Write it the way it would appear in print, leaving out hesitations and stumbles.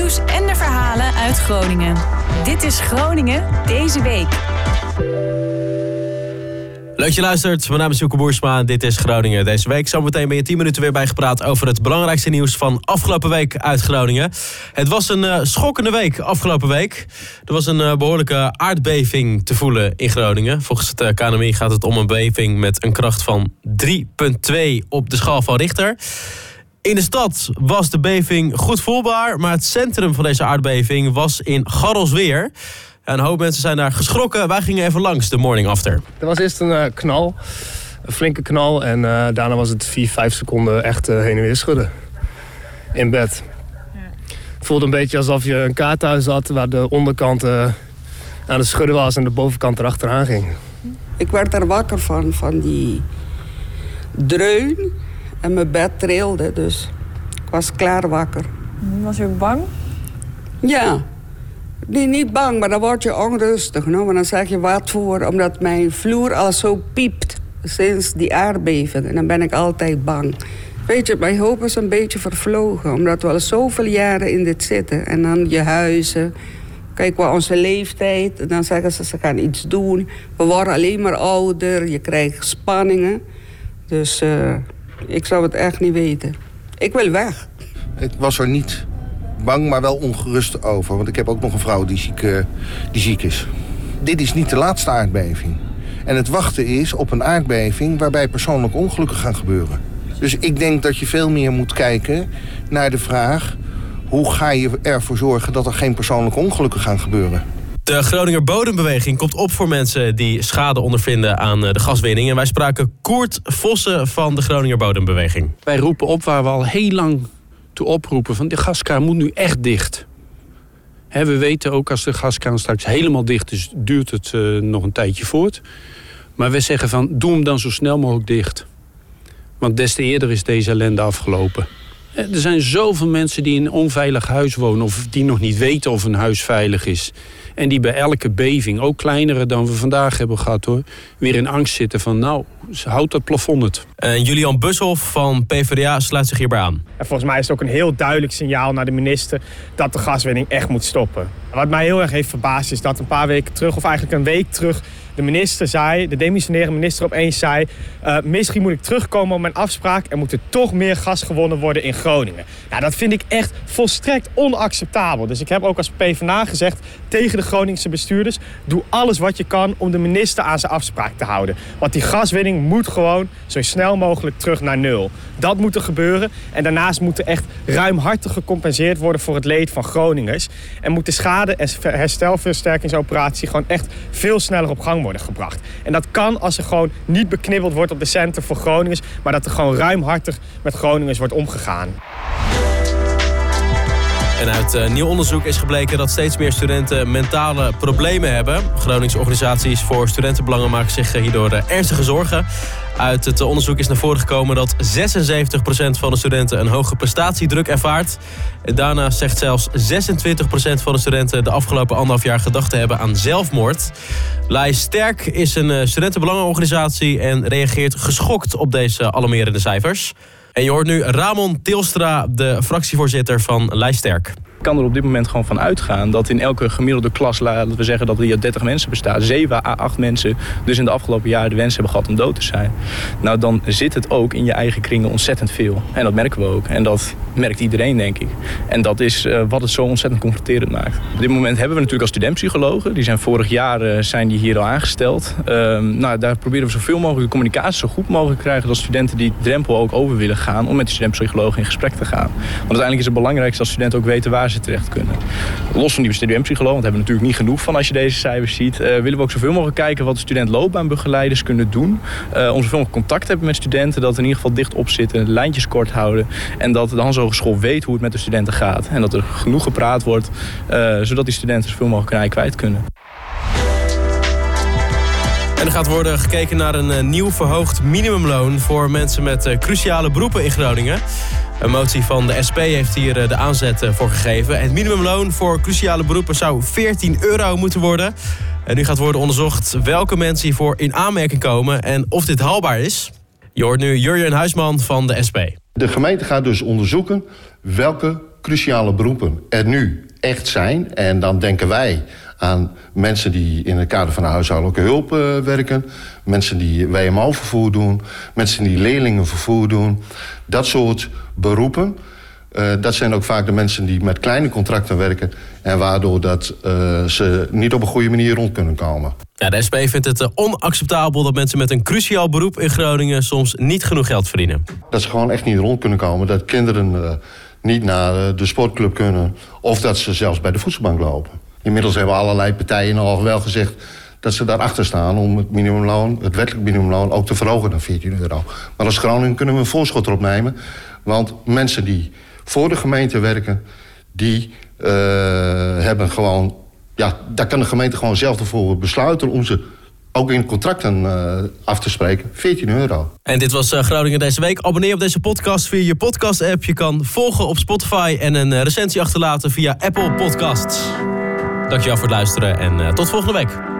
nieuws en de verhalen uit Groningen. Dit is Groningen deze week. Leuk je luistert, mijn naam is Joeke Boersma en dit is Groningen deze week. Zometeen ben je 10 minuten weer bijgepraat over het belangrijkste nieuws van afgelopen week uit Groningen. Het was een schokkende week afgelopen week. Er was een behoorlijke aardbeving te voelen in Groningen. Volgens het KNMI gaat het om een beving met een kracht van 3,2 op de schaal van Richter. In de stad was de beving goed voelbaar, maar het centrum van deze aardbeving was in Garrelsweer. Een hoop mensen zijn daar geschrokken. Wij gingen even langs de morning after. Er was eerst een knal, een flinke knal. En daarna was het 4-5 seconden echt heen en weer schudden. In bed. Ja. Het voelde een beetje alsof je een kaarthuis had waar de onderkant aan het schudden was en de bovenkant erachteraan ging. Ik werd er wakker van die dreun en mijn bed trilde. Dus ik was klaar wakker. Was u bang? Ja. Nee, niet bang, maar dan word je onrustig. No? Maar dan zeg je wat voor, omdat mijn vloer al zo piept sinds die aardbeving. En dan ben ik altijd bang. Weet je, mijn hoop is een beetje vervlogen. Omdat we al zoveel jaren in dit zitten. En dan je huizen. Kijk, wel onze leeftijd. En dan zeggen ze gaan iets doen. We worden alleen maar ouder. Je krijgt spanningen. Dus ik zou het echt niet weten. Ik wil weg. Ik was er niet bang, maar wel ongerust over. Want ik heb ook nog een vrouw die ziek is. Dit is niet de laatste aardbeving. En het wachten is op een aardbeving waarbij persoonlijke ongelukken gaan gebeuren. Dus ik denk dat je veel meer moet kijken naar de vraag: hoe ga je ervoor zorgen dat er geen persoonlijke ongelukken gaan gebeuren? De Groninger Bodembeweging komt op voor mensen die schade ondervinden aan de gaswinning. En wij spraken Koert Vossen van de Groninger Bodembeweging. Wij roepen op waar we al heel lang toe oproepen van de gaskraan moet nu echt dicht. We weten ook als de gaskraan straks helemaal dicht is, duurt het nog een tijdje voort. Maar we zeggen van doe hem dan zo snel mogelijk dicht. Want des te eerder is deze ellende afgelopen. Er zijn zoveel mensen die in een onveilig huis wonen of die nog niet weten of een huis veilig is. En die bij elke beving, ook kleinere dan we vandaag hebben gehad hoor, weer in angst zitten van nou, houdt dat plafond het. En Julian Bushoff van PvdA sluit zich hierbij aan. En volgens mij is het ook een heel duidelijk signaal naar de minister dat de gaswinning echt moet stoppen. Wat mij heel erg heeft verbaasd is dat een paar weken terug, of eigenlijk een week terug, de minister zei, de demissionaire minister opeens zei, misschien moet ik terugkomen op mijn afspraak en moet er toch meer gas gewonnen worden in Groningen. Nou, dat vind ik echt volstrekt onacceptabel. Dus ik heb ook als PvdA gezegd tegen de Groningse bestuurders, doe alles wat je kan om de minister aan zijn afspraak te houden. Want die gaswinning moet gewoon zo snel mogelijk terug naar nul. Dat moet er gebeuren. En daarnaast moet er echt ruimhartig gecompenseerd worden voor het leed van Groningers. En moet de schade- en herstelversterkingsoperatie gewoon echt veel sneller op gang worden gebracht. En dat kan als er gewoon niet beknibbeld wordt op de centen voor Groningers, maar dat er gewoon ruimhartig met Groningers wordt omgegaan. En uit nieuw onderzoek is gebleken dat steeds meer studenten mentale problemen hebben. Groningse organisaties voor studentenbelangen maken zich hierdoor ernstige zorgen. Uit het onderzoek is naar voren gekomen dat 76% van de studenten een hoge prestatiedruk ervaart. Daarnaast zegt zelfs 26% van de studenten de afgelopen 1,5 jaar gedacht te hebben aan zelfmoord. Lijsterk is een studentenbelangenorganisatie en reageert geschokt op deze alarmerende cijfers. En je hoort nu Ramon Tilstra, de fractievoorzitter van Lijsterk. Ik kan er op dit moment gewoon van uitgaan dat in elke gemiddelde klas, laten we zeggen dat er hier 30 mensen bestaan, 7 à 8 mensen dus in de afgelopen jaren de wens hebben gehad om dood te zijn. Nou, dan zit het ook in je eigen kringen ontzettend veel. En dat merken we ook. En dat merkt iedereen, denk ik. En dat is wat het zo ontzettend confronterend maakt. Op dit moment hebben we natuurlijk als studentpsychologen, die zijn vorig jaar zijn die hier al aangesteld. Nou, daar proberen we zoveel mogelijk de communicatie zo goed mogelijk te krijgen dat studenten die drempel ook over willen gaan om met de studentpsychologen in gesprek te gaan. Want uiteindelijk is het belangrijkste dat studenten ook weten waar ze terecht kunnen. Los van die studentpsycholoog, want daar hebben we natuurlijk niet genoeg van als je deze cijfers ziet, willen we ook zoveel mogelijk kijken wat de studentloopbaanbegeleiders kunnen doen. Om zoveel mogelijk contact te hebben met studenten, dat er in ieder geval dicht op zitten, lijntjes kort houden en dat de Hans Hogeschool weet hoe het met de studenten gaat. En dat er genoeg gepraat wordt, zodat die studenten zoveel mogelijk hun ei kwijt kunnen. En er gaat worden gekeken naar een nieuw verhoogd minimumloon voor mensen met cruciale beroepen in Groningen. Een motie van de SP heeft hier de aanzet voor gegeven. Het minimumloon voor cruciale beroepen zou €14 moeten worden. En nu gaat worden onderzocht welke mensen hiervoor in aanmerking komen en of dit haalbaar is. Je hoort nu Jurjen Huisman van de SP. De gemeente gaat dus onderzoeken welke cruciale beroepen er nu echt zijn. En dan denken wij aan mensen die in het kader van de huishoudelijke hulp werken. Mensen die WMO-vervoer doen. Mensen die leerlingenvervoer doen. Dat soort beroepen. Dat zijn ook vaak de mensen die met kleine contracten werken. En waardoor dat, ze niet op een goede manier rond kunnen komen. Ja, de SP vindt het onacceptabel dat mensen met een cruciaal beroep in Groningen soms niet genoeg geld verdienen. Dat ze gewoon echt niet rond kunnen komen. Dat kinderen niet naar de sportclub kunnen. Of dat ze zelfs bij de voedselbank lopen. Inmiddels hebben allerlei partijen al wel gezegd dat ze daarachter staan om het minimumloon, het wettelijk minimumloon, ook te verhogen naar €14. Maar als Groningen kunnen we een voorschot erop nemen. Want mensen die voor de gemeente werken, die hebben gewoon... Ja, daar kan de gemeente gewoon zelf ervoor besluiten om ze ook in contracten af te spreken. €14. En dit was Groningen deze week. Abonneer op deze podcast via je podcast-app. Je kan volgen op Spotify en een recensie achterlaten via Apple Podcasts. Dankjewel voor het luisteren en tot volgende week.